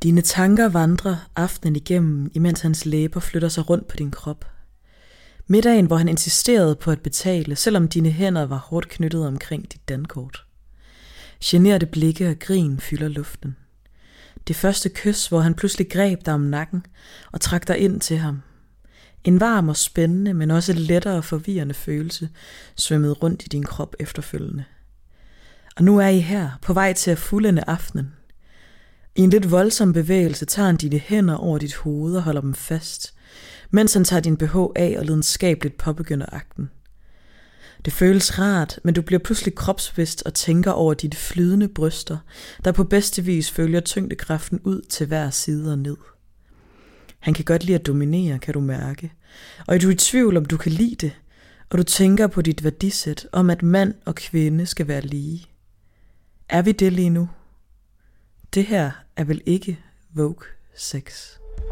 Dine tanker vandrer aftenen igennem, imens hans læber flytter sig rundt på din krop. Middagen, hvor han insisterede på at betale, selvom dine hænder var hårdt knyttet omkring dit dankort. Generede blikke og grin fylder luften. Det første kys, hvor han pludselig greb dig om nakken og trak dig ind til ham. En varm og spændende, men også lettere forvirrende følelse svømmede rundt i din krop efterfølgende. Og nu er I her, på vej til at fuldende aftenen. I en lidt voldsom bevægelse tager han dine hænder over dit hoved og holder dem fast, mens han tager din BH af og lidenskabeligt påbegynder akten. Det føles rart, men du bliver pludselig kropsbevidst og tænker over dit flydende bryster, der på bedste vis følger tyngdekraften ud til hver side og ned. Han kan godt lide at dominere, kan du mærke, og du er i tvivl, om du kan lide det, og du tænker på dit værdisæt om, at mand og kvinde skal være lige. Er vi det lige nu? Det her er vel ikke Vogue sex?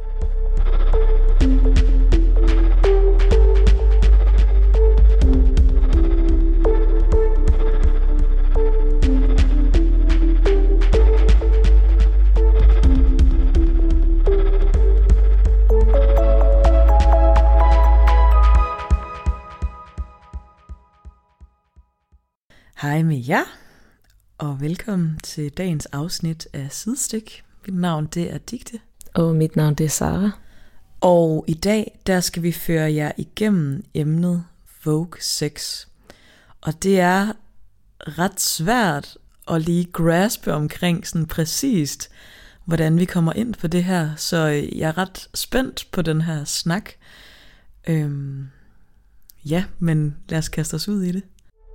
Hej med jer, og velkommen til dagens afsnit af Sidestik. Mit navn det er Digte. Og mit navn det er Sara. Og i dag der skal vi føre jer igennem emnet Vogue sex. Og det er ret svært at lige graspe omkring sådan præcist, hvordan vi kommer ind på det her. Så jeg er ret spændt på den her snak. Ja, men lad os kaste os ud i det.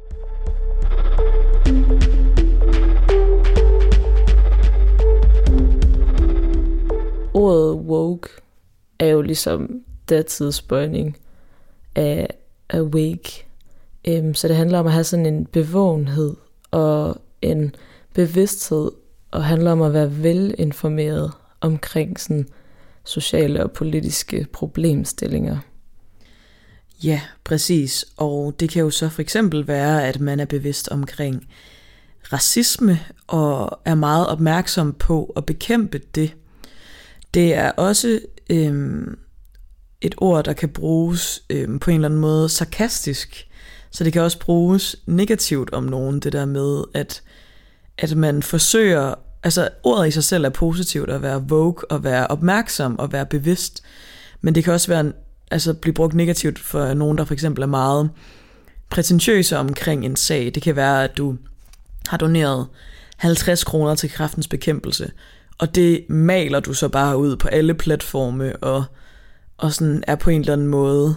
Ordet woke er jo ligesom datidsbøjning af awake. Så det handler om at have sådan en bevågenhed og en bevidsthed, og handler om at være velinformeret omkring sådan sociale og politiske problemstillinger. Ja, præcis. Og det kan jo så for eksempel være, at man er bevidst omkring racisme og er meget opmærksom på at bekæmpe det. Det er også et ord, der kan bruges på en eller anden måde sarkastisk. Så det kan også bruges negativt om nogen, det der med, at man forsøger, altså ordet i sig selv er positivt at være woke og være opmærksom og være bevidst, men det kan også være, altså blive brugt negativt for nogen, der for eksempel er meget prætentiøse omkring en sag. Det kan være, at du har doneret 50 kroner til kræftens bekæmpelse, og det maler du så bare ud på alle platforme, og sådan er på en eller anden måde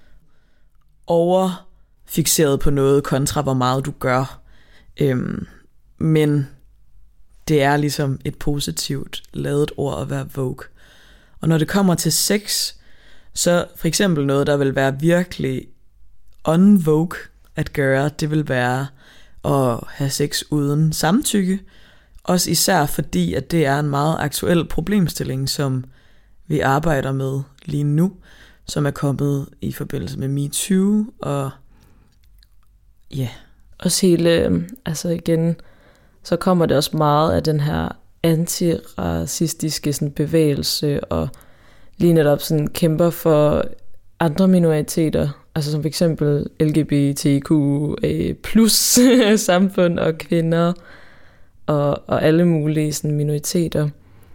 overfikseret på noget, kontra hvor meget du gør. Men det er ligesom et positivt ladet ord at være woke. Og når det kommer til sex, så for eksempel noget, der vil være virkelig unwoke at gøre, det vil være at have sex uden samtykke. Også især fordi, at det er en meget aktuel problemstilling, som vi arbejder med lige nu, som er kommet i forbindelse med MeToo, og ja. Også hele, altså igen, så kommer det også meget af den her antiracistiske sådan bevægelse, og lige netop sådan kæmper for andre minoriteter, altså som for eksempel LGBTQ plus samfund og kvinder, og alle mulige sådan minoriteter.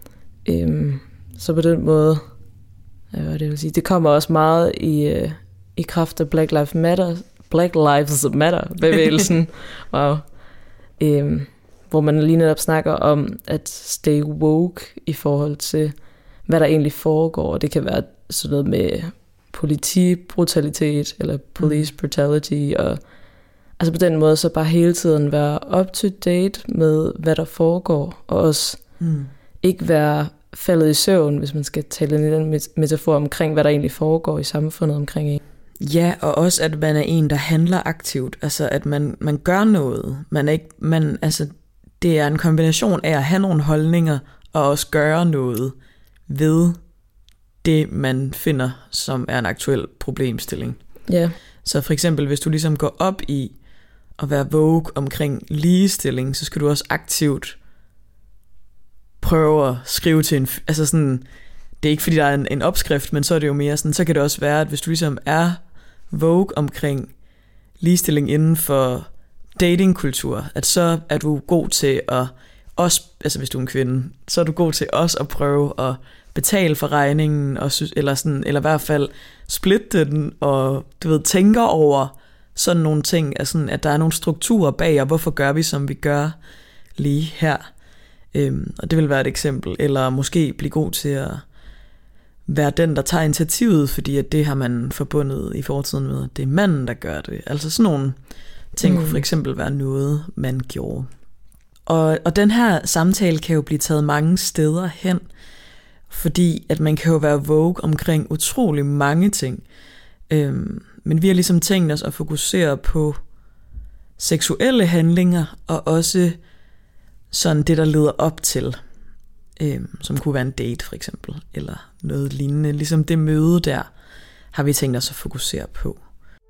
Så på den måde, det vil sige, det kommer også meget i kraft af Black Lives Matter bevægelsen, wow. Hvor man lige netop snakker om at stay woke i forhold til hvad der egentlig foregår. Det kan være sådan noget med politibrutalitet eller police brutality, og altså på den måde så bare hele tiden være up to date med hvad der foregår, og også ikke være faldet i søvn, hvis man skal tale ind i den metafor omkring hvad der egentlig foregår i samfundet omkring en. Ja, og også at man er en der handler aktivt, altså at man gør noget. Altså det er en kombination af at have nogle holdninger og også gøre noget ved det man finder som er en aktuel problemstilling. Ja. Så for eksempel hvis du ligesom går op i at være woke omkring ligestilling, så skal du også aktivt prøve at skrive til altså sådan, det er ikke fordi der er en opskrift, men så er det jo mere sådan, så kan det også være, at hvis du ligesom er vogue omkring ligestilling inden for datingkultur, at så er du god til at også, altså hvis du er en kvinde, så er du god til også at prøve at betale for regningen, og eller i hvert fald splitte den, og du ved, tænker over sådan nogle ting, altså, at der er nogle strukturer bag, og hvorfor gør vi, som vi gør lige her. Og det vil være et eksempel. Eller måske blive god til at være den, der tager initiativet, fordi at det har man forbundet i fortiden med, at det er manden, der gør det. Altså sådan nogle ting kunne for eksempel være noget, man gjorde. Og den her samtale kan jo blive taget mange steder hen, fordi at man kan jo være vogue omkring utrolig mange ting. Men vi har ligesom tænkt os at fokusere på seksuelle handlinger, og også sådan det, der leder op til, som kunne være en date for eksempel, eller noget lignende. Ligesom det møde der, har vi tænkt os at fokusere på.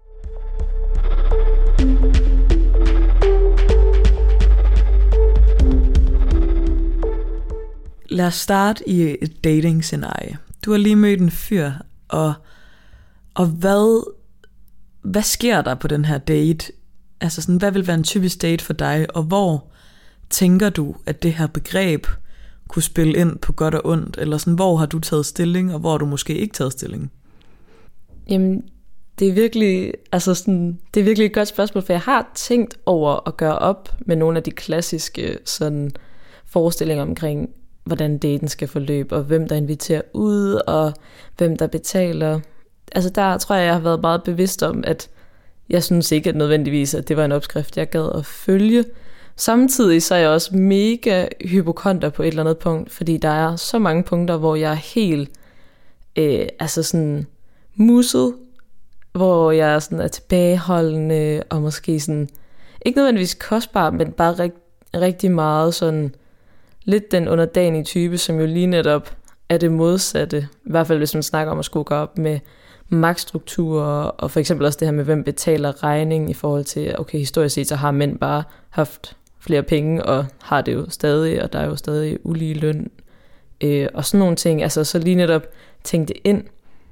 Lad os starte i et dating-scenarie. Du har lige mødt en fyr, og hvad sker der på den her date? Altså sådan, hvad vil være en typisk date for dig, og hvor tænker du, at det her begreb kunne spille ind på godt og ondt? Eller sådan, hvor har du taget stilling, og hvor har du måske ikke taget stilling? Jamen, det er virkelig, altså sådan, det er virkelig et godt spørgsmål, for jeg har tænkt over at gøre op med nogle af de klassiske sådan, forestillinger omkring, hvordan daten skal forløbe, og hvem der inviterer ud, og hvem der betaler. Altså der tror jeg har været meget bevidst om, at jeg synes ikke at nødvendigvis, at det var en opskrift, jeg gad at følge. Samtidig så er jeg også mega hypokonter på et eller andet punkt, fordi der er så mange punkter, hvor jeg er helt altså sådan musset, hvor jeg sådan er tilbageholdende, og måske sådan, ikke nødvendigvis kostbar, men bare rigtig meget sådan, lidt den underdanige type, som jo lige netop er det modsatte. I hvert fald hvis man snakker om at skulle gå op med magtstrukturer, og for eksempel også det her med, hvem betaler regning i forhold til, okay, historisk set, så har mænd bare haft flere penge, og har det jo stadig, og der er jo stadig ulige løn, og sådan nogle ting, altså så lige netop tænkte ind.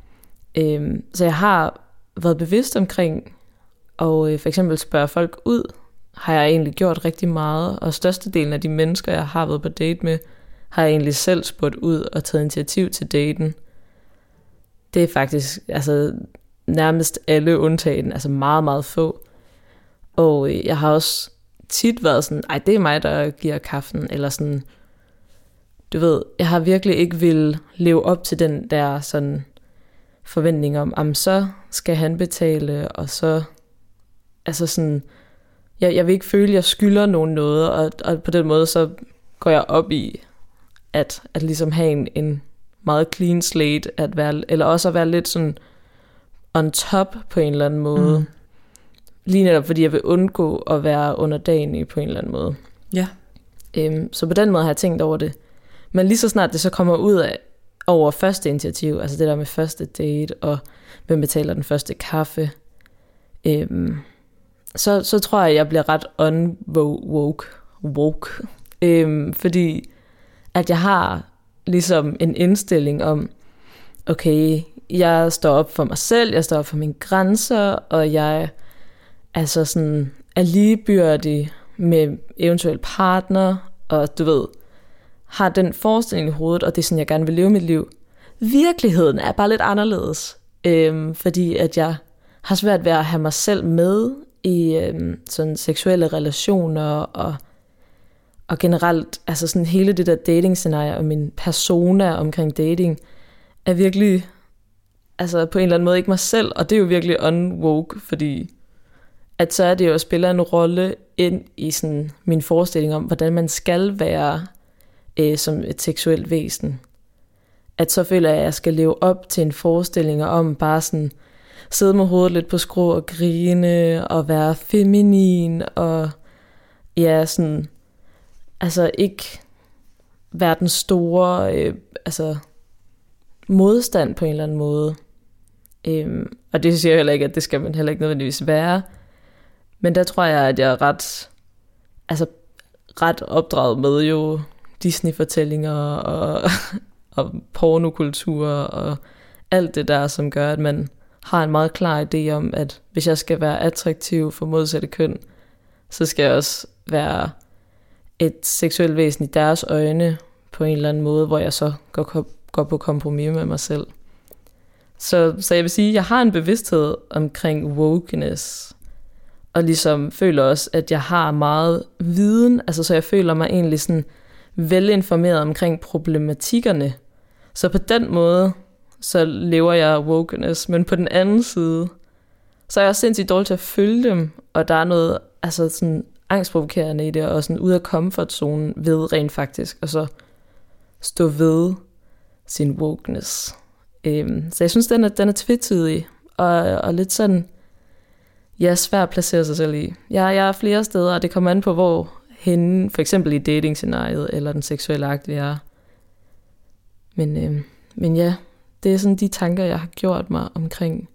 Så jeg har været bevidst omkring, og for eksempel spørge folk ud, har jeg egentlig gjort rigtig meget, og størstedelen af de mennesker, jeg har været på date med, har jeg egentlig selv spurgt ud og taget initiativ til daten. Det er faktisk altså nærmest alle undtagen, altså meget, meget få. Og jeg har også tit været sådan, ej, det er mig, der giver kaffen, eller sådan, du ved, jeg har virkelig ikke vil leve op til den der sådan forventning om, så skal han betale, og så, altså sådan, jeg vil ikke føle, at jeg skylder nogen noget, og på den måde, så går jeg op i, at ligesom have en meget clean slate, at være, eller også at være lidt sådan on top på en eller anden måde. Lige netop, fordi jeg vil undgå at være underdanig på en eller anden måde. Ja. Så på den måde har jeg tænkt over det. Men lige så snart det så kommer ud af over første initiativ, altså det der med første date, og hvem betaler den første kaffe, så tror jeg, jeg bliver ret woke. Fordi at jeg har ligesom en indstilling om, okay, jeg står op for mig selv, jeg står op for mine grænser, og jeg altså sådan er ligebyrdig med eventuel partner, og du ved, har den forestilling i hovedet, og det er sådan, jeg gerne vil leve mit liv. Virkeligheden er bare lidt anderledes, fordi at jeg har svært ved at have mig selv med i sådan seksuelle relationer, og generelt, altså sådan hele det der dating-scenarie, og min persona omkring dating, er virkelig, altså på en eller anden måde ikke mig selv, og det er jo virkelig unwoke, fordi at så er det jo at spille en rolle ind i sådan min forestilling om, hvordan man skal være som et seksuelt væsen. At så føler jeg, at jeg skal leve op til en forestilling om bare sådan sidde med hovedet lidt på skrå og grine og være feminin og ja, sådan altså ikke være den store altså modstand på en eller anden måde. Og det siger jeg heller ikke, at det skal man heller ikke nødvendigvis være. Men der tror jeg, at jeg er ret opdraget med jo Disney-fortællinger og pornokultur og alt det der, som gør, at man har en meget klar idé om, at hvis jeg skal være attraktiv for modsatte køn, så skal jeg også være et seksuelt væsen i deres øjne på en eller anden måde, hvor jeg så går på kompromis med mig selv. Så jeg vil sige, at jeg har en bevidsthed omkring wokeness, og ligesom føler også, at jeg har meget viden, altså så jeg føler mig egentlig sådan velinformeret omkring problematikkerne. Så på den måde, så lever jeg wokeness, men på den anden side, så er jeg også sindssygt dårlig til at følge dem, og der er noget altså sådan angstprovokerende i det, og sådan ud af comfortzonen ved rent faktisk, og så stå ved sin wokeness. Så jeg synes, den er tvetydig, og lidt sådan, svær at placere sig selv i. Jeg er flere steder, og det kommer an på, hvor henne, for eksempel i dating-scenariet, eller den seksuelle akt, jeg er. Men ja, det er sådan de tanker, jeg har gjort mig omkring,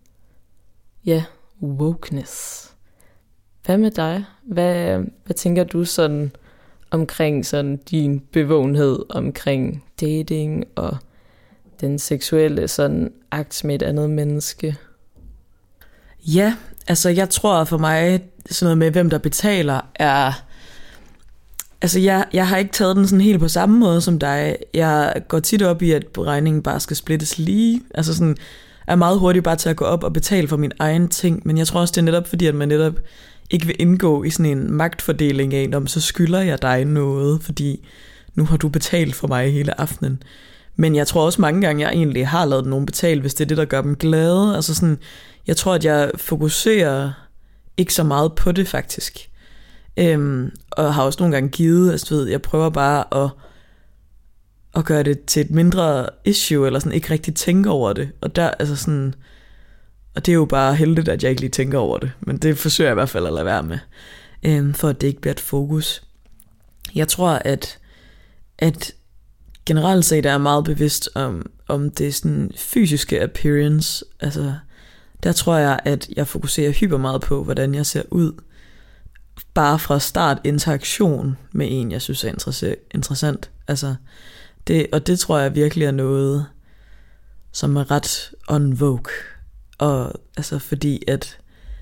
wokeness. Hvad med dig? Hvad tænker du sådan omkring sådan din bevågenhed omkring dating og den seksuelle sådan akt med et andet menneske? Ja, altså jeg tror for mig, sådan noget med, hvem der betaler, er... Altså jeg har ikke taget den sådan helt på samme måde som dig. Jeg går tit op i, at regningen bare skal splittes lige. Altså sådan, er meget hurtigt bare til at gå op og betale for min egen ting. Men jeg tror også, det er netop fordi, at man netop ikke vil indgå i sådan en magtfordeling af, om så skylder jeg dig noget, fordi nu har du betalt for mig hele aftenen. Men jeg tror også mange gange, jeg egentlig har lavet nogen betale, hvis det er det, der gør dem glade. Altså sådan, jeg tror, at jeg fokuserer ikke så meget på det faktisk. Og har også nogle gange givet, altså ved, jeg prøver bare at gøre det til et mindre issue, eller sådan ikke rigtig tænke over det. Og der, altså sådan, og det er jo bare heldigt, at jeg ikke lige tænker over det. Men det forsøger jeg i hvert fald at lade være med, for at det ikke bliver et fokus. Jeg tror, at generelt set er jeg meget bevidst om det sådan fysiske appearance. Altså, der tror jeg, at jeg fokuserer hyper meget på, hvordan jeg ser ud. Bare fra start interaktion med en, jeg synes er interessant. Altså, det tror jeg virkelig er noget, som er ret on vogue. Og altså fordi at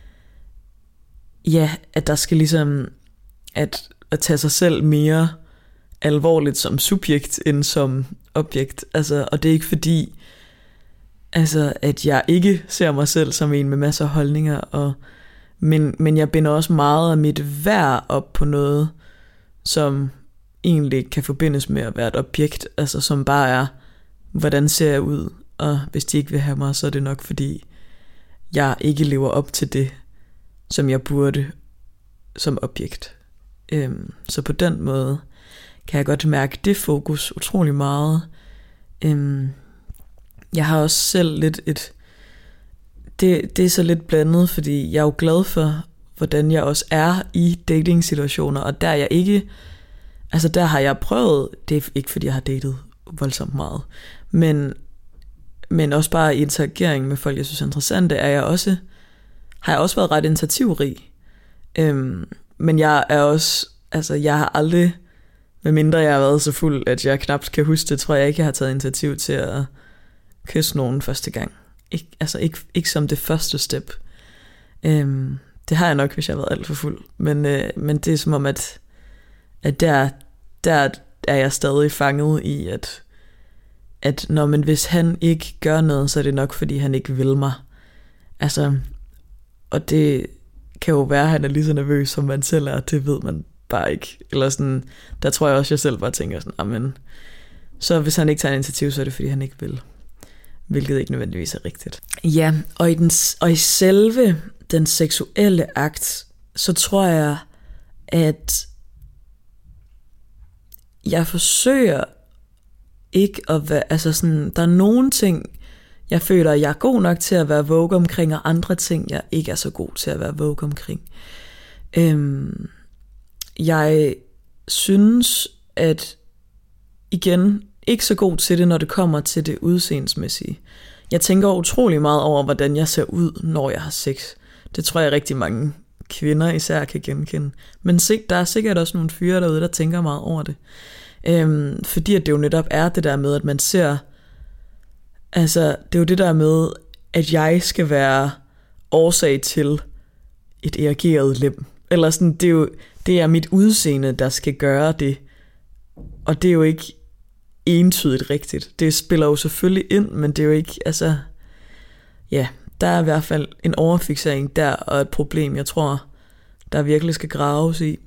der skal ligesom at tage sig selv mere alvorligt som subjekt end som objekt. Altså, og det er ikke fordi, altså, at jeg ikke ser mig selv som en med masser af holdninger, men jeg binder også meget af mit værd op på noget, som egentlig kan forbindes med at være et objekt, altså som bare er, hvordan ser jeg ud, og hvis de ikke vil have mig, så er det nok fordi, jeg ikke lever op til det, som jeg burde som objekt. Så på den måde kan jeg godt mærke det fokus utrolig meget. Jeg har også selv lidt det er så lidt blandet, fordi jeg er jo glad for, hvordan jeg også er i dating-situationer, og der er jeg ikke, altså der har jeg prøvet, det er ikke fordi jeg har datet voldsomt meget, men også bare i interagering med folk, jeg synes er interessante, har jeg også været ret initiativrig. Men jeg er også, altså jeg har aldrig, medmindre jeg har været så fuld, at jeg knap kan huske det, tror jeg ikke, jeg har taget initiativ til at kysse nogen første gang. Ikke som det første step. Det har jeg nok, hvis jeg har været alt for fuld. Men det er som om, at der er jeg stadig fanget i, at hvis han ikke gør noget, så er det nok, fordi han ikke vil mig. Altså, og det kan jo være, at han er lige så nervøs, som man selv er, det ved man bare ikke. Eller sådan, der tror jeg også, jeg selv bare tænker sådan, amen, så hvis han ikke tager initiativ, så er det, fordi han ikke vil. Hvilket ikke nødvendigvis er rigtigt. Ja, og i selve den seksuelle akt, så tror jeg, at jeg forsøger ikke at være, altså sådan, der er nogle ting, jeg føler, jeg er god nok til at være vogue omkring, og andre ting, jeg ikke er så god til at være vogue omkring. Jeg synes, at igen, ikke så god til det, når det kommer til det udseendsmæssige. Jeg tænker utrolig meget over, hvordan jeg ser ud, når jeg har sex. Det tror jeg rigtig mange kvinder især kan genkende. Men der er sikkert også nogle fyre derude, der tænker meget over det. Fordi at det jo netop er det der med, at man ser, altså det er jo det der med, at jeg skal være årsag til et erigeret lem. Eller sådan, det er mit udseende, der skal gøre det. Og det er jo ikke entydigt rigtigt. Det spiller jo selvfølgelig ind, men det er jo ikke, altså, ja, der er i hvert fald en overfiksering der, og et problem, jeg tror, der virkelig skal graves i.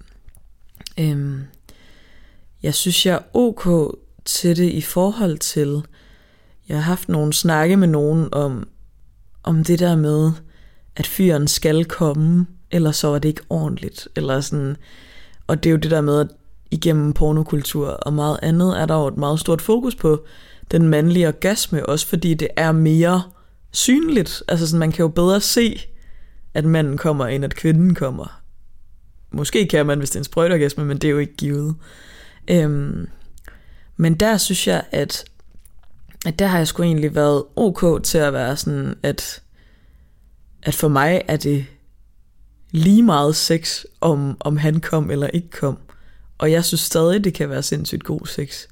Jeg synes, jeg er ok til det i forhold til, jeg har haft nogle snakke med nogen om det der med, at fyren skal komme, eller så er det ikke ordentligt, eller sådan. Og det er jo det der med, at igennem pornokultur og meget andet, er der jo et meget stort fokus på den mandlige orgasme, også fordi det er mere synligt. Altså sådan, man kan jo bedre se, at manden kommer, end at kvinden kommer. Måske kan man, hvis det er en sprøjteorgasme, men det er jo ikke givet. Men der synes jeg, at der har jeg sgu egentlig været ok til at være sådan, at for mig er det lige meget sex, om han kom eller ikke kom. Og jeg synes stadig, det kan være sindssygt god sex.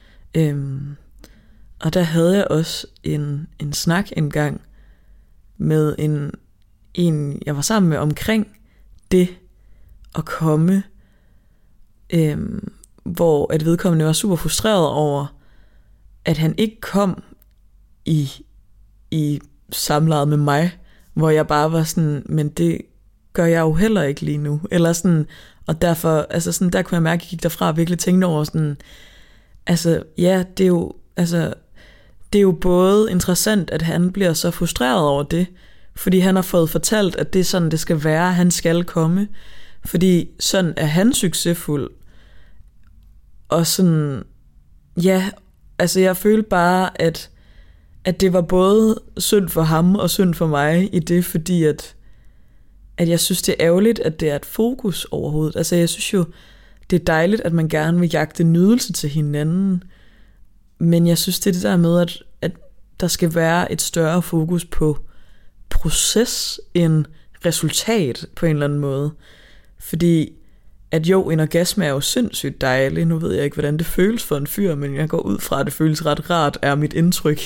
Og der havde jeg også en snak engang med en jeg var sammen med omkring det at komme, hvor at vedkommende var super frustreret over, at han ikke kom i samlejet med mig, hvor jeg bare var sådan, men det gør jeg jo heller ikke lige nu, eller sådan, og derfor, altså sådan, der kunne jeg mærke, at jeg gik derfra og virkelig tænkte over sådan, altså, ja, det er jo både interessant, at han bliver så frustreret over det, fordi han har fået fortalt, at det er sådan, det skal være, han skal komme, fordi sådan er han succesfuld, og sådan, ja, altså jeg følte bare, at det var både synd for ham og synd for mig i det, fordi at jeg synes, det er ærgerligt, at det er et fokus overhovedet. Altså jeg synes jo, det er dejligt, at man gerne vil jagte nydelse til hinanden, men jeg synes, det er det der med, at der skal være et større fokus på proces end resultat på en eller anden måde. Fordi at jo, en orgasme er jo sindssygt dejlig. Nu ved jeg ikke, hvordan det føles for en fyr, men jeg går ud fra, at det føles ret rart, er mit indtryk.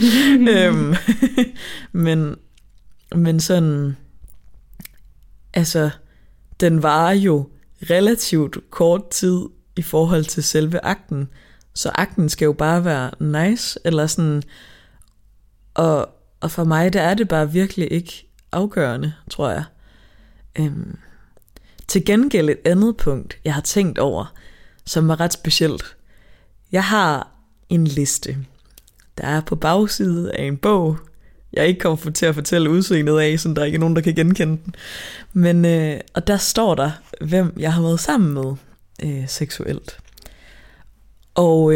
Men sådan, altså, den varer jo relativt kort tid i forhold til selve akten. Så akten skal jo bare være nice, eller sådan, og for mig, der er det bare virkelig ikke afgørende, tror jeg. Til gengæld et andet punkt, jeg har tænkt over, som var ret specielt. Jeg har en liste, der er på bagsiden af en bog. Jeg er ikke kommet til at fortælle udseendet af, så der er ikke nogen, der kan genkende den. Men, og der står der, hvem jeg har været sammen med seksuelt. Og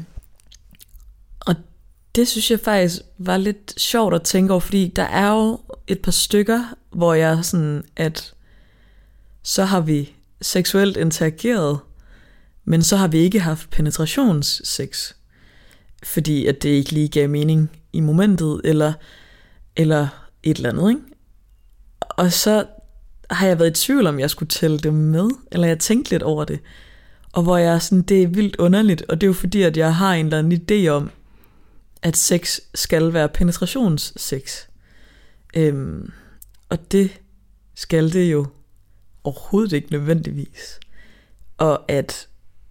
det synes jeg faktisk var lidt sjovt at tænke over, fordi der er jo et par stykker, hvor jeg sådan, at så har vi seksuelt interageret, men så har vi ikke haft penetrationssex, fordi at det ikke lige gav mening i momentet, eller et eller andet, ikke? Og så har jeg været i tvivl om, jeg skulle tælle det med, eller jeg tænkte lidt over det, og hvor jeg sådan, det er vildt underligt, og det er jo fordi, at jeg har en eller anden idé om, at sex skal være penetrationssex. Og det skal det jo overhovedet ikke nødvendigvis. Og at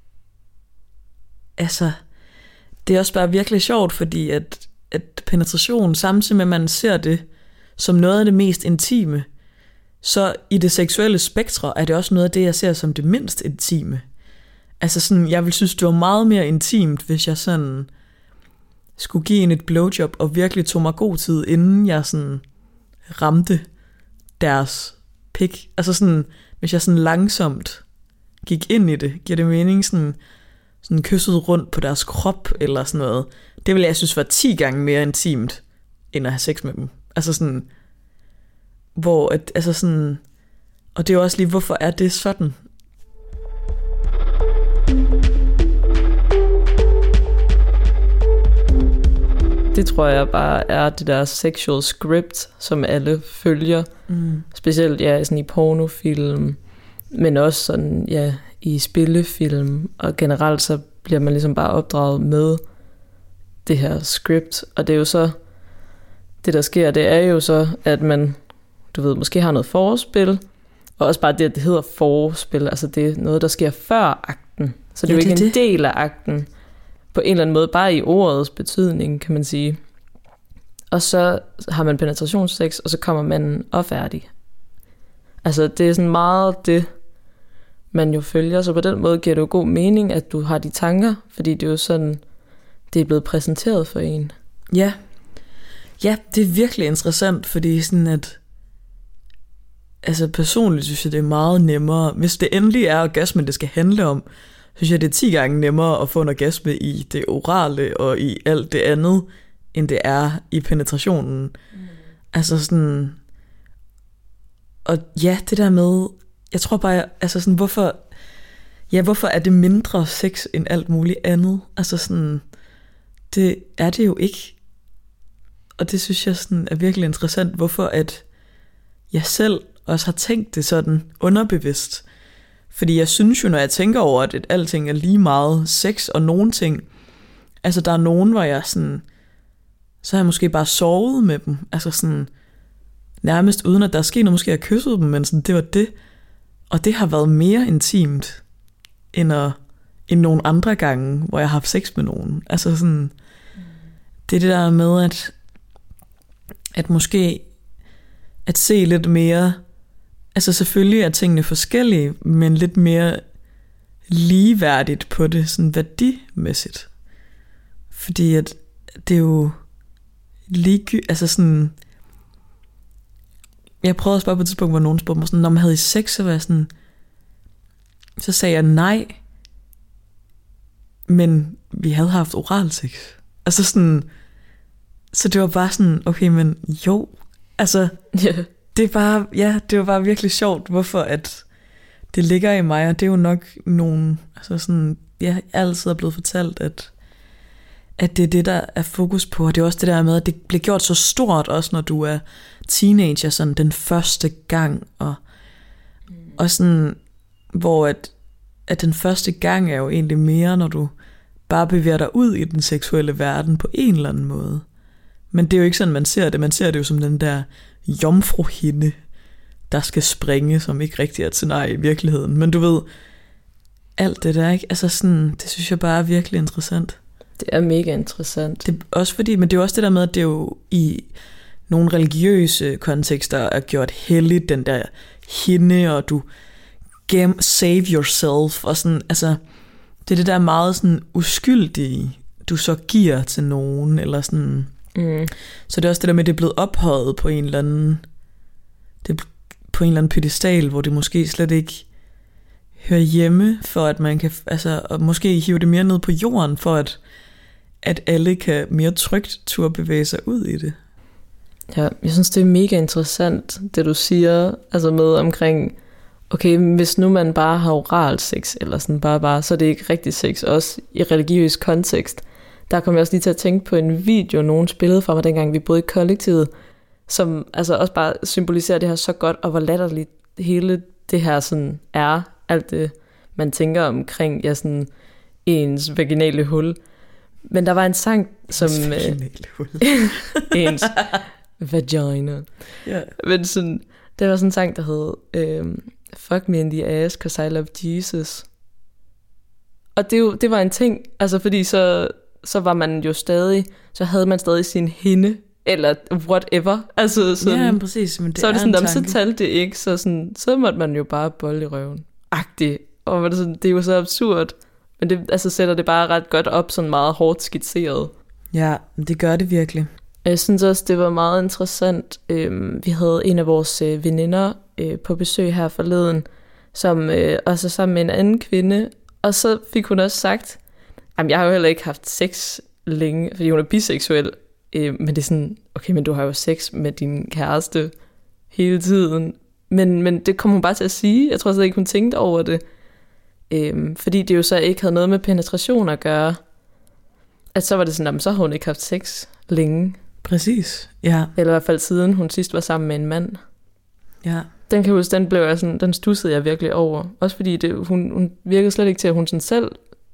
altså, det er også bare virkelig sjovt, fordi at penetration, samtidig med at man ser det som noget af det mest intime, så i det seksuelle spektrum er det også noget af det, jeg ser som det mindst intime. Altså sådan, jeg vil synes, det var meget mere intimt, hvis jeg sådan skulle give en et blowjob, og virkelig tog mig god tid, inden jeg sådan ramte deres pik. Altså sådan, hvis jeg sådan langsomt gik ind i det, giver det mening, sådan kysset rundt på deres krop, eller sådan noget. Det ville jeg synes var 10 gange mere intimt, end at have sex med dem. Altså sådan, hvor, altså sådan, og det er jo også lige, hvorfor er det sådan? Det tror jeg bare er det der sexual script, som alle følger. Specielt ja, sådan i pornofilm, men også sådan, ja, i spillefilm. Og generelt så bliver man ligesom bare opdraget med det her script. Og det er jo så, det der sker, det er jo så, at man, du ved, måske har noget forspil, og også bare det, at det hedder forspil, altså det er noget, der sker før akten. Så det er jo ikke en del af akten, på en eller anden måde, bare i ordets betydning, kan man sige. Og så har man penetrationssex, og så kommer man og færdig. Altså det er sådan meget det, man jo følger, så på den måde giver det jo god mening, at du har de tanker, fordi det er jo sådan, det er blevet præsenteret for en. Ja, det er virkelig interessant, fordi sådan at, altså personligt synes jeg, det er meget nemmere, hvis det endelig er orgasme, det skal handle om, synes jeg, det er 10 gange nemmere at få en orgasme i det orale og i alt det andet, end det er i penetrationen. Altså sådan, og ja, det der med, jeg tror bare, altså sådan, hvorfor er det mindre sex end alt muligt andet? Altså sådan, det er det jo ikke. Og det synes jeg sådan er virkelig interessant, hvorfor at jeg selv også har tænkt det sådan underbevidst. Fordi jeg synes jo, når jeg tænker over, at alting er lige meget sex og nogen ting, altså der er nogen, hvor jeg sådan, så har jeg måske bare sovet med dem, altså sådan, nærmest uden at der er sket noget, måske jeg kyssede dem, men sådan, det var det. Og det har været mere intimt, end nogle andre gange, hvor jeg har haft sex med nogen. Altså sådan, det er det der med, at måske, at se lidt mere, altså selvfølgelig er tingene forskellige, men lidt mere ligeværdigt på det, sådan værdimæssigt. Fordi at det er jo altså sådan, jeg prøvede at spørge på et tidspunkt, hvor nogen spurgte mig sådan, når man havde I sex, så var jeg sådan, så sagde jeg nej, men vi havde haft oralsex. Altså sådan, så det var bare sådan, okay, men jo, altså, det var bare virkelig sjovt, hvorfor at det ligger i mig, og det er jo nok nogle, altså sådan, jeg altid er blevet fortalt, at det er det, der er fokus på, og det er også det der med, at det bliver gjort så stort, også når du er teenager, sådan den første gang, og sådan, hvor at den første gang er jo egentlig mere, når du bare bevæger dig ud i den seksuelle verden på en eller anden måde. Men det er jo ikke sådan, man ser det jo som den der jomfruhinde, der skal springe, som ikke rigtig er til nej i virkeligheden. Men du ved, alt det der, ikke? Altså sådan, det synes jeg bare er virkelig interessant. Det er mega interessant. Det er også fordi, men det er også det der med, at det er jo i nogle religiøse kontekster er gjort helligt, den der hende, og du save yourself, og sådan, altså, det er det der meget sådan uskyldige, du så giver til nogen, eller sådan. Så det er også det der med, at det er blevet ophøjet på en eller anden, på en eller anden pedestal, hvor det måske slet ikke hører hjemme, for at man kan, altså, og måske hive det mere ned på jorden, for at alle kan mere trygt turde bevæge sig ud i det. Ja, jeg synes, det er mega interessant, det du siger, altså med omkring, okay, hvis nu man bare har oral sex, eller sådan bare, så er det ikke rigtig sex, også i religiøs kontekst. Der kom jeg også lige til at tænke på en video, nogen spillede for mig, dengang vi boede i kollektivet, som altså også bare symboliserer det her så godt, og hvor latterligt hele det her sådan er, alt det, man tænker omkring, ja, sådan ens vaginale hul. Men der var en sang, som ens vagina. Yeah. Men sådan, det var sådan en sang, der hed Fuck me in the ass, 'cause I love Jesus. Og det var en ting, altså fordi så var man jo stadig, så havde man stadig sin hende, eller whatever. Altså sådan, ja, præcis. Men det så er det sådan, tanke. Så talte det ikke, så måtte man jo bare bolle i røven. Agtigt. Og det er jo så absurd. Men det altså, sætter det bare ret godt op, sådan meget hårdt skitseret. Ja, det gør det virkelig. Jeg synes også, det var meget interessant. Vi havde en af vores veninder på besøg her forleden, som også sammen med en anden kvinde. Og så fik hun også sagt, jamen jeg har jo heller ikke haft sex længe, fordi hun er biseksuel. Men det er sådan, okay, men du har jo sex med din kæreste hele tiden. Men det kom hun bare til at sige. Jeg tror slet ikke, hun tænkte over det. Fordi det jo så ikke havde noget med penetration at gøre. At så var det sådan, jamen, så har hun ikke haft sex længe. Præcis, ja. Eller i hvert fald siden hun sidst var sammen med en mand. Ja. Den kan huske, den stussede jeg virkelig over. Også fordi hun virkede slet ikke til, at hun sådan selv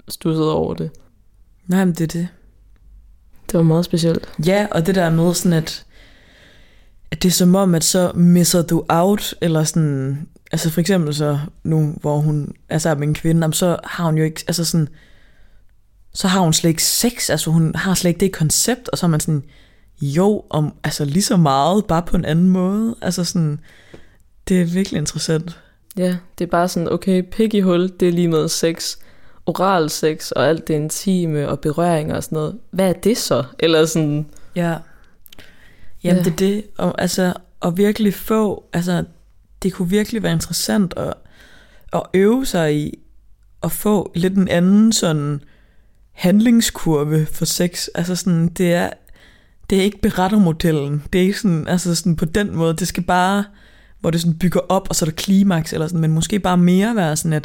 stussede over det. Nej, men det er det. Det var meget specielt. Ja, og det der med sådan, at det er som om, at så misser du out, eller sådan, altså for eksempel så nu, hvor hun er sammen med en kvinde, så har hun jo ikke, altså sådan, så har hun slet ikke sex, altså hun har slet ikke det koncept, og så er man sådan, jo, altså lige så meget, bare på en anden måde, altså sådan, det er virkelig interessant. Ja, det er bare sådan, okay, pik i hul, det er lige med sex, oral sex, og alt det intime, og berøringer og sådan noget. Hvad er det så? Eller sådan... Ja. Jamen det er det, og altså, at virkelig få, altså, det kunne virkelig være interessant at øve sig i, at få lidt en anden sådan handlingskurve for sex, altså sådan, det er ikke berettermodellen, det er ikke sådan, altså sådan på den måde, det skal bare, hvor det sådan bygger op, og så er der klimaks, eller sådan, men måske bare mere være sådan,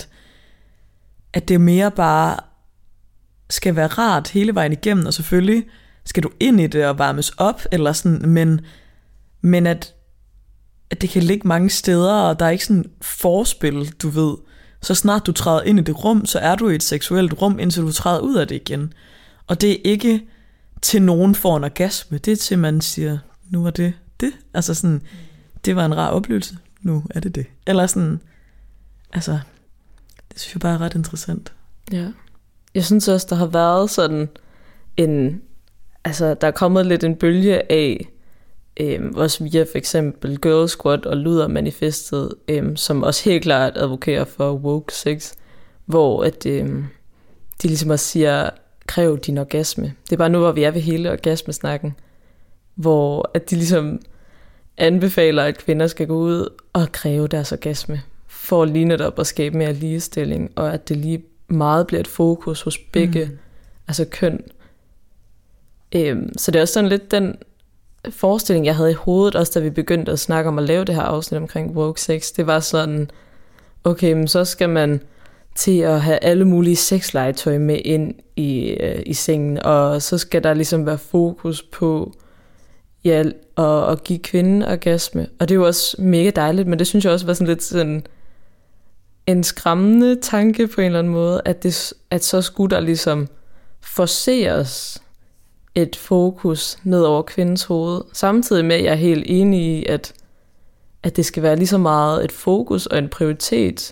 at det mere bare skal være rart hele vejen igennem, og selvfølgelig skal du ind i det og varmes op, eller sådan, men at det kan ligge mange steder, og der er ikke sådan forspil, du ved. Så snart du træder ind i det rum, så er du i et seksuelt rum, indtil du træder ud af det igen. Og det er ikke til nogen får en orgasme, det er til man siger, nu var det. Altså sådan, det var en rar oplevelse, nu er det. Eller sådan, altså, det synes jeg bare er ret interessant. Ja. Jeg synes også, der har været sådan en, altså der er kommet lidt en bølge af, også via for eksempel Girl Squad og Luder Manifestet, som også helt klart advokerer for woke sex, hvor at, de ligesom også siger, kræv din orgasme. Det er bare nu, hvor vi er ved hele orgasmesnakken, hvor at de ligesom anbefaler, at kvinder skal gå ud og kræve deres orgasme, for lige netop at skabe mere ligestilling, og at det lige meget bliver et fokus hos begge, altså køn. Så det er også sådan lidt den forestilling, jeg havde i hovedet, også da vi begyndte at snakke om at lave det her afsnit omkring woke sex. Det var sådan, okay, men så skal man til at have alle mulige sexlegetøj med ind i sengen, og så skal der ligesom være fokus på at give kvinden orgasme. Og det er jo også mega dejligt, men det synes jeg også var sådan lidt sådan en skræmmende tanke på en eller anden måde, at så skulle der ligesom forceres et fokus ned over kvindens hoved. Samtidig med, at jeg er helt enig i, at det skal være lige så meget et fokus og en prioritet.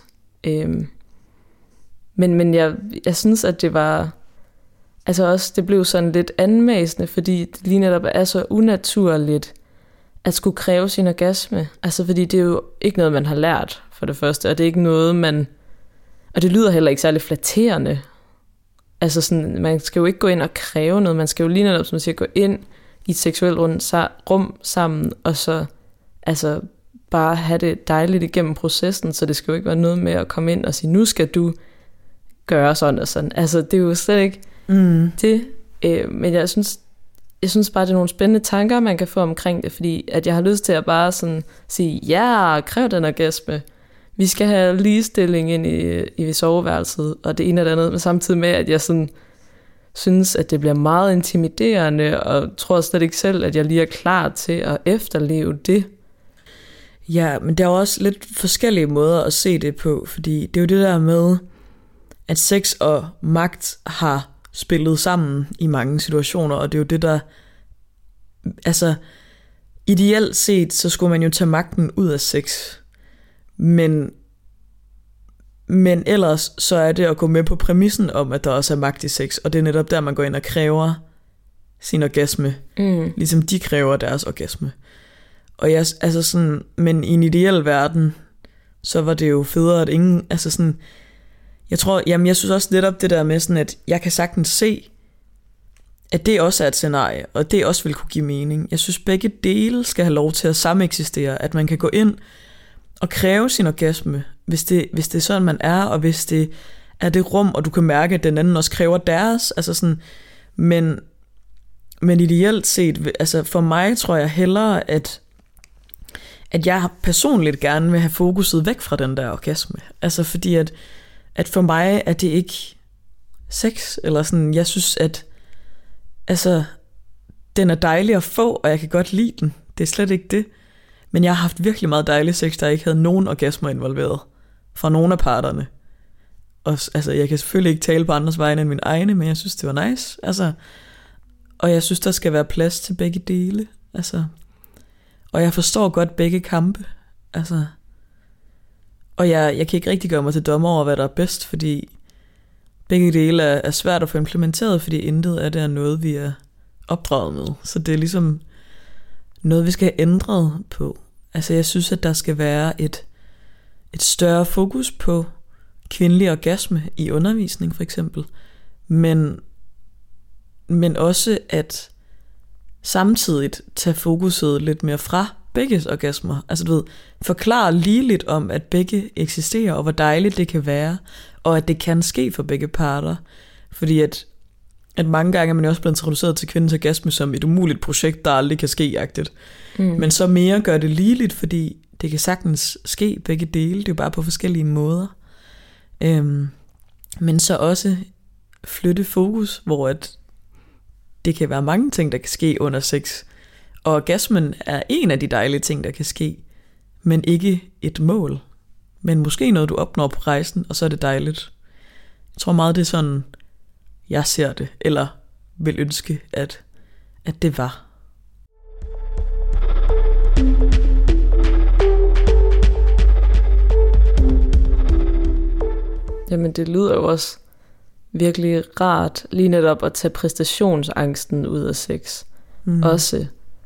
Men jeg synes, at det var, altså også, det blev sådan lidt anmæsende, fordi det lige netop er så unaturligt at skulle kræve sin orgasme. Altså fordi det er jo ikke noget, man har lært for det første, og det er ikke noget, og det lyder heller ikke særlig flatterende. Altså sådan, man skal jo ikke gå ind og kræve noget, man skal jo lige netop, som man siger, gå ind i et seksuelt rum sammen, og så altså bare have det dejligt igennem processen, så det skal jo ikke være noget med at komme ind og sige, nu skal du gøre sådan og sådan. Altså det er jo slet ikke det, men jeg synes bare, det er nogle spændende tanker, man kan få omkring det, fordi at jeg har lyst til at bare sådan sige, ja, kræv den orgasme. Vi skal have ligestilling ind i soveværelset, og det ene og det andet, men samtidig med, at jeg sådan synes, at det bliver meget intimiderende, og tror slet ikke selv, at jeg lige er klar til at efterleve det. Ja, men der er også lidt forskellige måder at se det på, fordi det er jo det der med, at sex og magt har spillet sammen i mange situationer, og det er jo det, der, altså ideelt set, så skulle man jo tage magten ud af sex, men ellers så er det at gå med på præmissen om, at der også er magt i sex, og det er netop der, man går ind og kræver sin orgasme, ligesom de kræver deres orgasme. Og jeg, altså sådan, men i en ideel verden, så var det jo federe, at ingen, altså sådan, jeg synes også netop det der med sådan, at jeg kan sagtens se, at det også er et scenarie, og det også vil kunne give mening. Jeg synes, begge dele skal have lov til at sameksistere, at man kan gå ind og kræve sin orgasme, hvis det er sådan, man er, og hvis det er det rum, og du kan mærke, at den anden også kræver deres, altså sådan, men ideelt set, altså for mig tror jeg hellere, at jeg personligt gerne vil have fokuset væk fra den der orgasme, altså fordi at for mig er det ikke sex, eller sådan, jeg synes, at altså, den er dejlig at få, og jeg kan godt lide den, det er slet ikke det. Men jeg har haft virkelig meget dejlig sex, der ikke havde nogen orgasmer involveret fra nogen af parterne. Og, altså, jeg kan selvfølgelig ikke tale på andres vegne end min egne, men jeg synes, det var nice. Altså, og jeg synes, der skal være plads til begge dele. Altså, og jeg forstår godt begge kampe. Altså, og jeg kan ikke rigtig gøre mig til dommer over, hvad der er bedst, fordi begge dele er svært at få implementeret, fordi intet af det er noget, vi er opdraget med. Så det er ligesom noget, vi skal have ændret på. Altså, jeg synes, at der skal være et større fokus på kvindelig orgasme i undervisning, for eksempel. Men også at samtidig tage fokuset lidt mere fra begges orgasmer. Altså du ved, forklare lige lidt om, at begge eksisterer, og hvor dejligt det kan være, og at det kan ske for begge parter. Fordi at mange gange er man jo også blevet introduceret til kvindens orgasme som et umuligt projekt, der aldrig kan ske-agtigt. Men så mere gør det ligeligt, fordi det kan sagtens ske begge dele, det er jo bare på forskellige måder. Men så også flytte fokus, hvor at det kan være mange ting, der kan ske under sex. Og orgasmen er en af de dejlige ting, der kan ske, men ikke et mål. Men måske noget, du opnår på rejsen, og så er det dejligt. Jeg tror meget, det er sådan, jeg ser det, eller vil ønske, at det var. Jamen det lyder jo også virkelig rart, lige netop at tage præstationsangsten ud af sex. Også.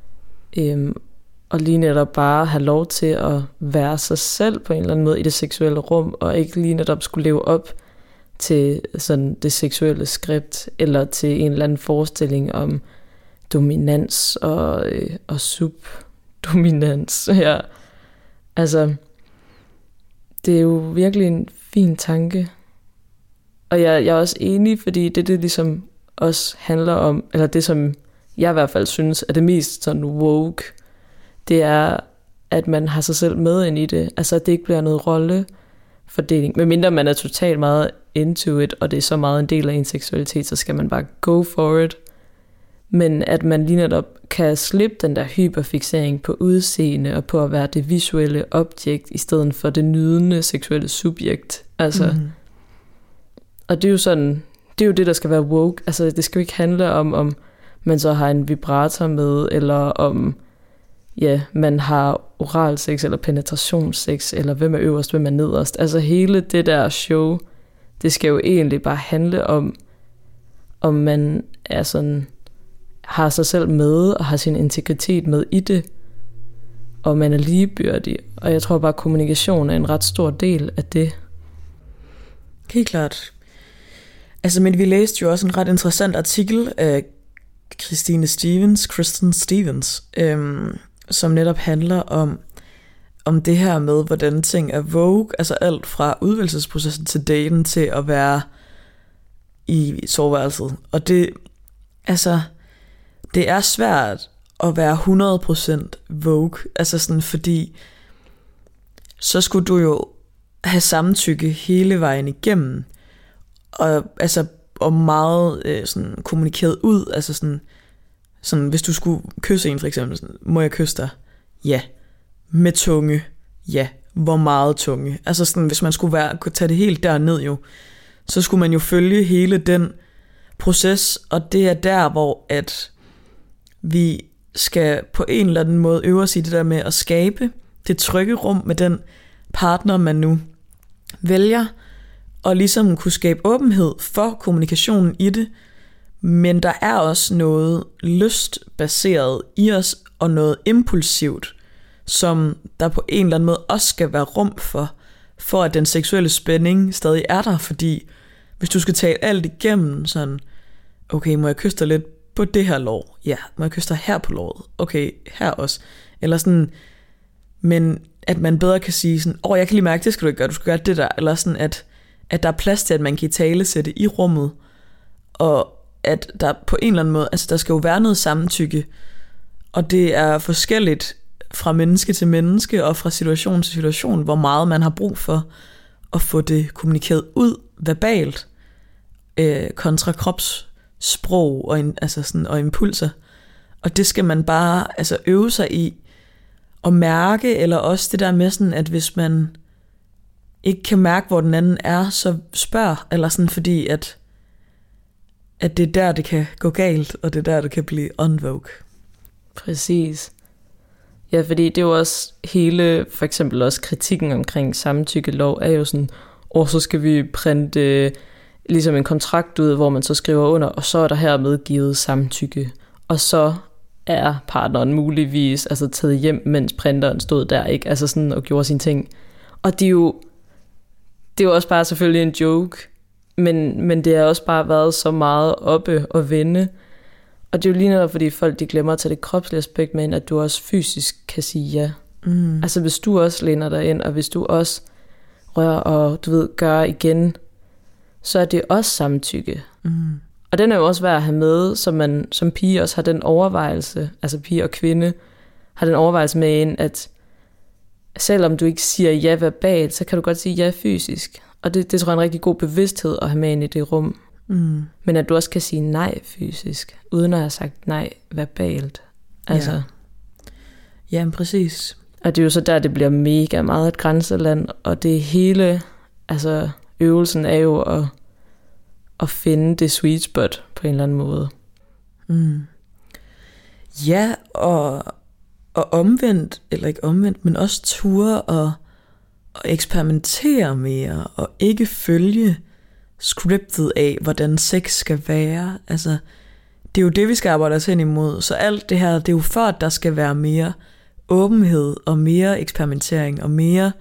Og lige netop bare have lov til at være sig selv på en eller anden måde i det seksuelle rum, og ikke lige netop skulle leve op til sådan det seksuelle skript, eller til en eller anden forestilling om dominans og subdominans. Ja. Altså, det er jo virkelig en fin tanke. Og jeg er også enig, fordi det ligesom også handler om, eller det som jeg i hvert fald synes er det mest sådan woke, det er, at man har sig selv med ind i det. Altså, at det ikke bliver noget rollefordeling. Medmindre man er totalt meget into it, og det er så meget en del af ens seksualitet, så skal man bare go for it. Men at man lige netop kan slippe den der hyperfixering på udseende, og på at være det visuelle objekt, i stedet for det nydende seksuelle subjekt. Altså, og det er jo sådan, det er jo det, der skal være woke. Altså, det skal jo ikke handle om man så har en vibrator med, eller om man har oralsex eller penetrationssex, eller hvem er øverst, hvem er nederst. Altså hele det der show, det skal jo egentlig bare handle om man er sådan, har sig selv med, og har sin integritet med i det, og man er ligebyrdig. Og jeg tror bare, at kommunikation er en ret stor del af det. Helt klart. Altså, men vi læste jo også en ret interessant artikel af Kristen Stevens, som netop handler om det her med, hvordan ting er vogue, altså alt fra udvælgelsesprocessen til daten til at være i soveværelset. Og det er svært at være 100% vogue, altså sådan, fordi så skulle du jo have samtykke hele vejen igennem, og meget sådan kommunikeret ud, altså sådan hvis du skulle kysse en for eksempel, sådan, må jeg kysse dig? Ja. Med tunge? Ja. Hvor meget tunge? Altså sådan, hvis man skulle kunne tage det helt derned jo, så skulle man jo følge hele den proces, og det er der, hvor at vi skal på en eller anden måde øve os i det der med at skabe det trygge rum med den partner, man nu vælger, og ligesom kunne skabe åbenhed for kommunikationen i det. Men der er også noget lystbaseret i os, og noget impulsivt, som der på en eller anden måde også skal være rum for at den seksuelle spænding stadig er der. Fordi hvis du skal tale alt igennem, sådan, okay, må jeg kysse dig lidt på det her lår? Ja. Må jeg kysse dig her på låret? Okay, her også. Eller sådan, men at man bedre kan sige sådan, jeg kan lige mærke, det skal du ikke gøre, du skal gøre det der. Eller sådan, at der er plads til, at man kan italesætte i rummet, og at der på en eller anden måde, altså der skal jo være noget samtykke, og det er forskelligt fra menneske til menneske, og fra situation til situation, hvor meget man har brug for at få det kommunikeret ud verbalt, kontra kropssprog og impulser. Og det skal man bare øve sig i, og mærke, eller også det der med sådan, at hvis man ikke kan mærke, hvor den anden er, så spørg, eller sådan, fordi at det er der, det kan gå galt, og det er der, det kan blive unwoke. Præcis. Ja, fordi det er jo også hele, for eksempel også kritikken omkring samtykkelov, er jo sådan, så skal vi printe ligesom en kontrakt ud, hvor man så skriver under, og så er der hermed givet samtykke. Og så er partneren muligvis altså taget hjem, mens printeren stod der, ikke? Altså sådan, og gjorde sine ting. Og det er jo også bare selvfølgelig en joke, men det har også bare været så meget oppe og vende. Og det er jo lige noget, fordi folk de glemmer at tage det kropslige aspekt med ind, at du også fysisk kan sige ja. Altså hvis du også læner dig ind, og hvis du også rører og du ved, gør igen, så er det også samtykke. Og den er jo også værd at have med, så man som pige også har den overvejelse, altså pige og kvinde, har den overvejelse med ind, at selvom du ikke siger ja verbalt, så kan du godt sige ja fysisk. Og det tror jeg er en rigtig god bevidsthed at have med ind i det rum. Men at du også kan sige nej fysisk, uden at have sagt nej verbalt. Altså. Ja, præcis. Og det er jo så der, det bliver mega meget et grænseland, og det hele, altså øvelsen er jo at finde det sweet spot på en eller anden måde. Ja, og omvendt, eller ikke omvendt, men også ture og eksperimentere mere, og ikke følge scriptet af, hvordan sex skal være. Altså, det er jo det, vi skal arbejde os hen imod. Så alt det her, det er jo for, at der skal være mere åbenhed, og mere eksperimentering, og mere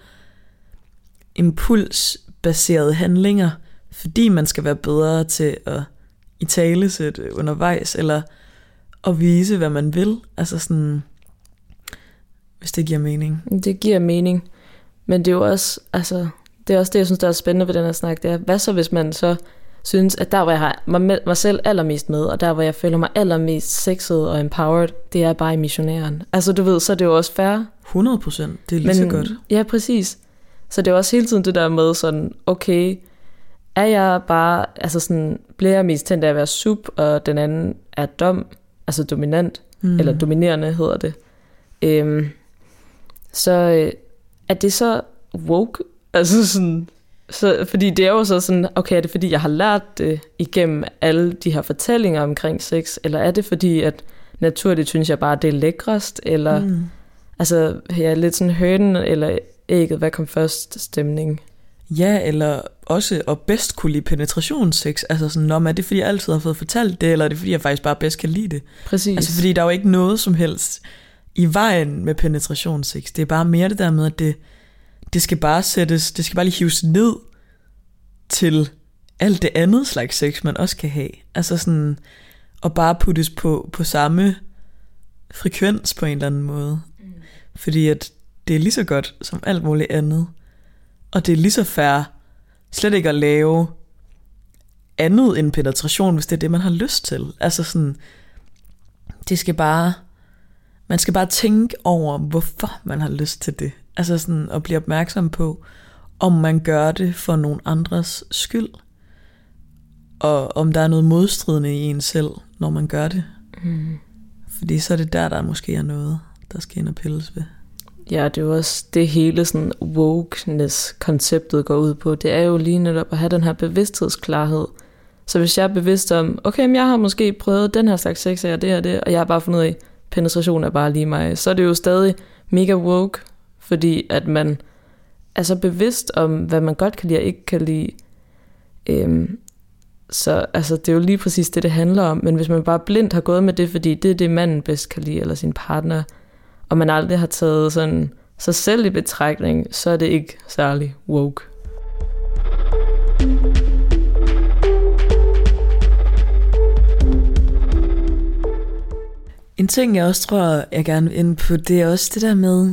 impulsbaserede handlinger, fordi man skal være bedre til at italesætte undervejs, eller at vise, hvad man vil. Altså sådan, hvis det giver mening. Det giver mening. Men det er jo også, altså, det er også det, jeg synes, der er spændende ved den her snak, det er, hvad så, hvis man så synes, at der, hvor jeg har mig selv allermest med, og der, hvor jeg føler mig allermest sexet og empowered, det er bare i missionæren. Altså, du ved, så er det jo også fair. 100%, det er lige så godt. Ja, præcis. Så det er også hele tiden det der med sådan, okay, er jeg bare, altså sådan, bliver jeg mest tændt af at være sub, og den anden er dom, altså dominant, eller dominerende hedder det. Så er det så woke? Altså sådan, så, fordi det er jo så sådan, okay, er det fordi, jeg har lært det igennem alle de her fortællinger omkring sex, eller er det fordi, at naturligt synes jeg bare, det er lækrest, eller altså, jeg er lidt sådan hønen, eller ægget, hvad kom først, stemning? Ja, eller også at bedst kunne lide penetrationssex, altså sådan, er det fordi, jeg altid har fået fortalt det, eller er det fordi, jeg faktisk bare bedst kan lide det? Præcis. Altså fordi, der er jo ikke noget som helst i vejen med penetrationssex, det er bare mere det der med, at det skal bare sættes, det skal bare lige hives ned til alt det andet slags sex, man også kan have. Altså sådan, og bare puttes på samme frekvens på en eller anden måde. Fordi at det er lige så godt som alt muligt andet. Og det er lige så fair slet ikke at lave andet end penetration, hvis det er det, man har lyst til. Altså sådan, man skal bare tænke over, hvorfor man har lyst til det. Altså sådan, at blive opmærksom på, om man gør det for nogen andres skyld, og om der er noget modstridende i en selv, når man gør det. Fordi så er det der måske er noget, der skal ind og pilles ved. Ja, det er jo også det hele sådan wokeness-konceptet går ud på. Det er jo lige netop at have den her bevidsthedsklarhed. Så hvis jeg er bevidst om, okay, men jeg har måske prøvet den her slags sex, og det og det, og jeg har bare fundet ud af, penetration er bare lige mig, så er det jo stadig mega woke, fordi at man er så bevidst om, hvad man godt kan lide og ikke kan lide. Så altså, det er jo lige præcis det handler om. Men hvis man bare blindt har gået med det, fordi det er det, manden bedst kan lide, eller sin partner, og man aldrig har taget sådan sig selv i betragtning, så er det ikke særlig woke. En ting, jeg også tror, jeg gerne vil ind på, det er også det der med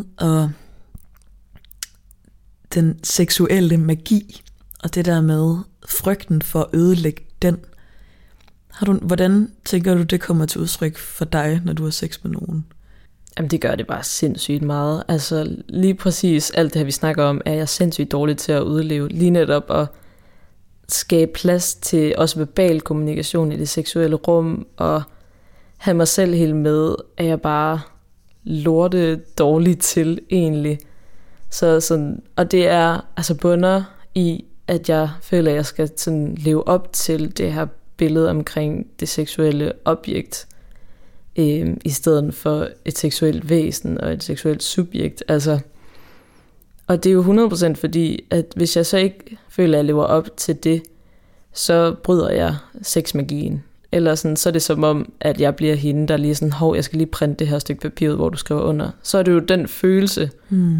den seksuelle magi, og det der med frygten for at ødelægge den. Hvordan tænker du, det kommer til udtryk for dig, når du har sex med nogen? Jamen det gør det bare sindssygt meget. Altså lige præcis alt det her, vi snakker om, er jeg sindssygt dårlig til at udleve. Lige netop at skabe plads til også verbal kommunikation i det seksuelle rum, og have mig selv helt med, er jeg bare lorte dårlig til egentlig. Så sådan, og det er altså bunder i, at jeg føler, at jeg skal sådan leve op til det her billede omkring det seksuelle objekt, i stedet for et seksuelt væsen og et seksuelt subjekt. Altså, og det er jo 100% fordi, at hvis jeg så ikke føler, at jeg lever op til det, så bryder jeg sexmagien. Eller sådan, så er det som om, at jeg bliver hende, der lige sådan, hov, jeg skal lige printe det her stykke papir ud, hvor du skriver under. Så er det jo den følelse.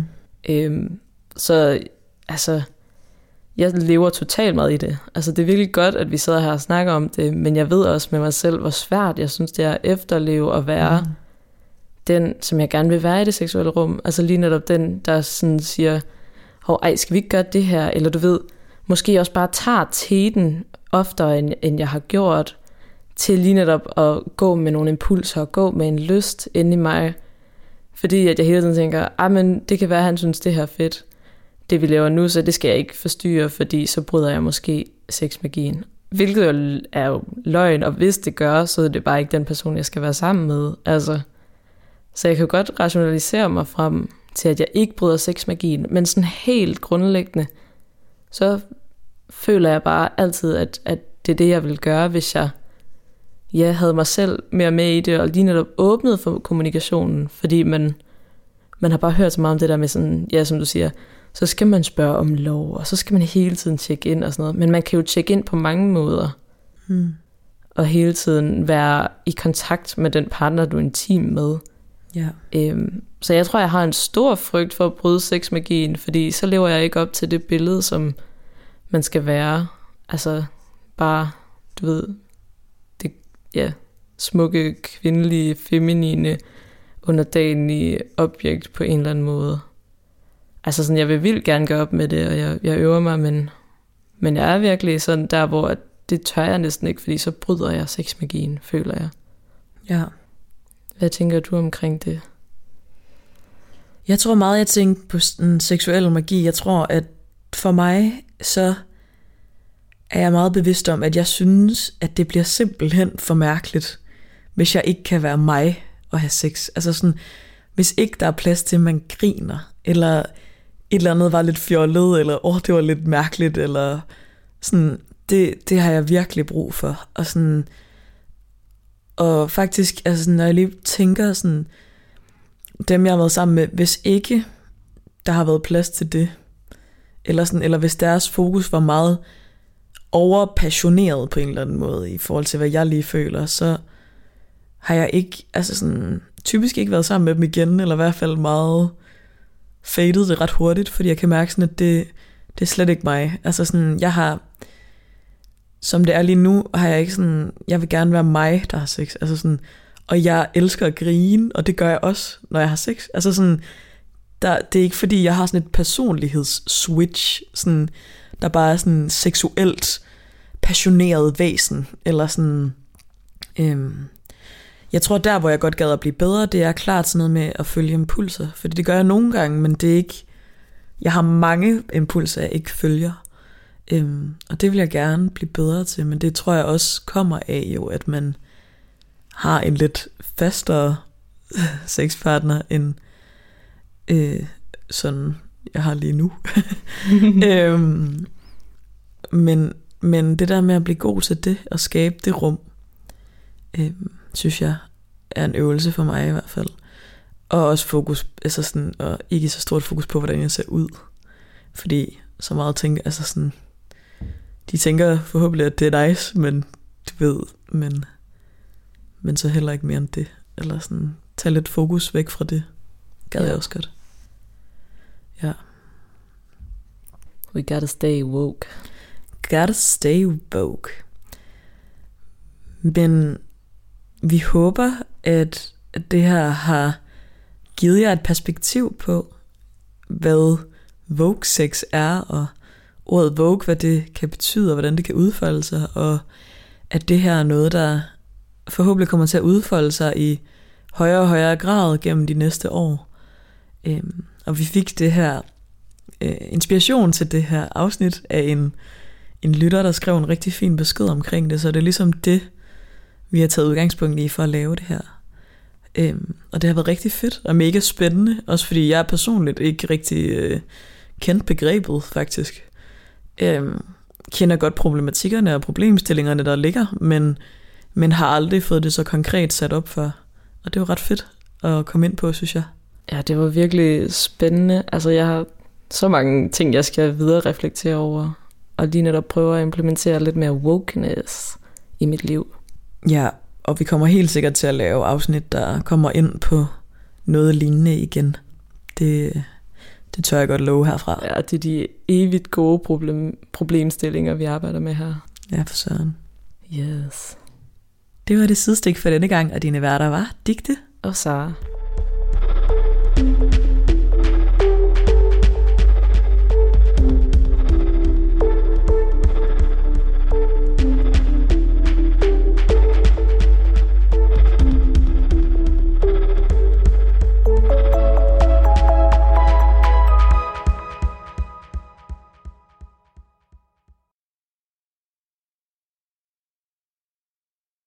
Så altså, jeg lever totalt meget i det. Altså, det er virkelig godt, at vi sidder her og snakker om det, men jeg ved også med mig selv, hvor svært jeg synes, det er at efterleve og være den, som jeg gerne vil være i det seksuelle rum. Altså lige netop den, der sådan siger, hov, ej, skal vi ikke gøre det her? Eller du ved, måske også bare tager teten oftere, end jeg har gjort, til lige netop at gå med nogle impulser, og gå med en lyst inde i mig. Fordi at jeg hele tiden tænker, men det kan være, at han synes, det her er fedt, det vi laver nu, så det skal jeg ikke forstyrre, fordi så bryder jeg måske sexmagien. Hvilket jo er jo løgn, og hvis det gør, så er det bare ikke den person, jeg skal være sammen med. Altså, så jeg kan godt rationalisere mig frem til, at jeg ikke bryder sexmagien, men sådan helt grundlæggende, så føler jeg bare altid, at det er det, jeg ville gøre, hvis jeg havde mig selv mere med i det, og lige netop åbnet for kommunikationen, fordi man har bare hørt så meget om det der med sådan, ja, som du siger, så skal man spørge om lov, og så skal man hele tiden tjekke ind og sådan noget. Men man kan jo tjekke ind på mange måder. Og hele tiden være i kontakt med den partner, du er intim med. Ja. Så jeg tror, jeg har en stor frygt for at bryde sexmagien, fordi så lever jeg ikke op til det billede, som man skal være. Altså bare, du ved, det smukke, kvindelige, feminine, underdanige objekt på en eller anden måde. Altså sådan, jeg vil vildt gerne gøre op med det, og jeg øver mig, men jeg er virkelig sådan der, hvor det tør jeg næsten ikke, fordi så bryder jeg sexmagien, føler jeg. Ja. Hvad tænker du omkring det? Jeg tror meget, jeg tænker på den seksuelle magi. Jeg tror, at for mig, så er jeg meget bevidst om, at jeg synes, at det bliver simpelthen for mærkeligt, hvis jeg ikke kan være mig og have sex. Altså sådan, hvis ikke der er plads til, at man griner, eller et eller andet var lidt fjollet, eller det var lidt mærkeligt, eller sådan, det har jeg virkelig brug for. Og sådan, og faktisk, altså når jeg lige tænker sådan, dem jeg har været sammen med, hvis ikke der har været plads til det, eller hvis deres fokus var meget overpassioneret på en eller anden måde, i forhold til hvad jeg lige føler, så har jeg ikke, altså sådan, typisk ikke været sammen med dem igen, eller i hvert fald meget fadet det ret hurtigt, fordi jeg kan mærke sådan, at det er slet ikke mig. Altså sådan, jeg har, som det er lige nu, har jeg ikke sådan, jeg vil gerne være mig, der har sex. Altså sådan, og jeg elsker at grine, og det gør jeg også, når jeg har sex. Altså sådan, det er ikke fordi, jeg har sådan et personlighedsswitch, sådan, der bare er sådan seksuelt passioneret væsen, eller sådan, jeg tror der, hvor jeg godt gad at blive bedre, det er klart sådan noget med at følge impulser, fordi det gør jeg nogle gange, men det er ikke, jeg har mange impulser, jeg ikke følger, og det vil jeg gerne blive bedre til, men det tror jeg også kommer af jo, at man har en lidt fastere sexpartner, end sådan jeg har lige nu. Men det der med at blive god til det, og skabe det rum, synes jeg er en øvelse for mig i hvert fald. Og også fokus, altså sådan, og ikke så stort fokus på, hvordan jeg ser ud. Fordi så meget tænker, altså sådan, de tænker forhåbentlig, at det er nice, men du ved, men så heller ikke mere end det. Eller sådan, tage lidt fokus væk fra det. Gad jeg også godt. Ja. We gotta stay woke. Gotta stay woke. Men vi håber, at det her har givet jer et perspektiv på, hvad woke sex er, og ordet woke, hvad det kan betyde, og hvordan det kan udfolde sig, og at det her er noget, der forhåbentlig kommer til at udfolde sig i højere og højere grad gennem de næste år. Og vi fik det her inspiration til det her afsnit af en lytter, der skrev en rigtig fin besked omkring det, så det er ligesom det, vi har taget udgangspunkt i for at lave det her. Og det har været rigtig fedt og mega spændende, også fordi jeg personligt ikke rigtig kendt begrebet faktisk. Kender godt problematikkerne og problemstillingerne, der ligger, men har aldrig fået det så konkret sat op før. Og det var ret fedt at komme ind på, synes jeg. Ja, det var virkelig spændende. Altså, jeg har så mange ting, jeg skal videre reflektere over, og lige netop prøve at implementere lidt mere wokeness i mit liv. Ja, og vi kommer helt sikkert til at lave afsnit, der kommer ind på noget lignende igen. Det tør jeg godt love herfra. Ja, det er de evigt gode problemstillinger, vi arbejder med her. Ja, for søren. Yes. Det var det sidestik for denne gang, og dine værter var Digte og Sara.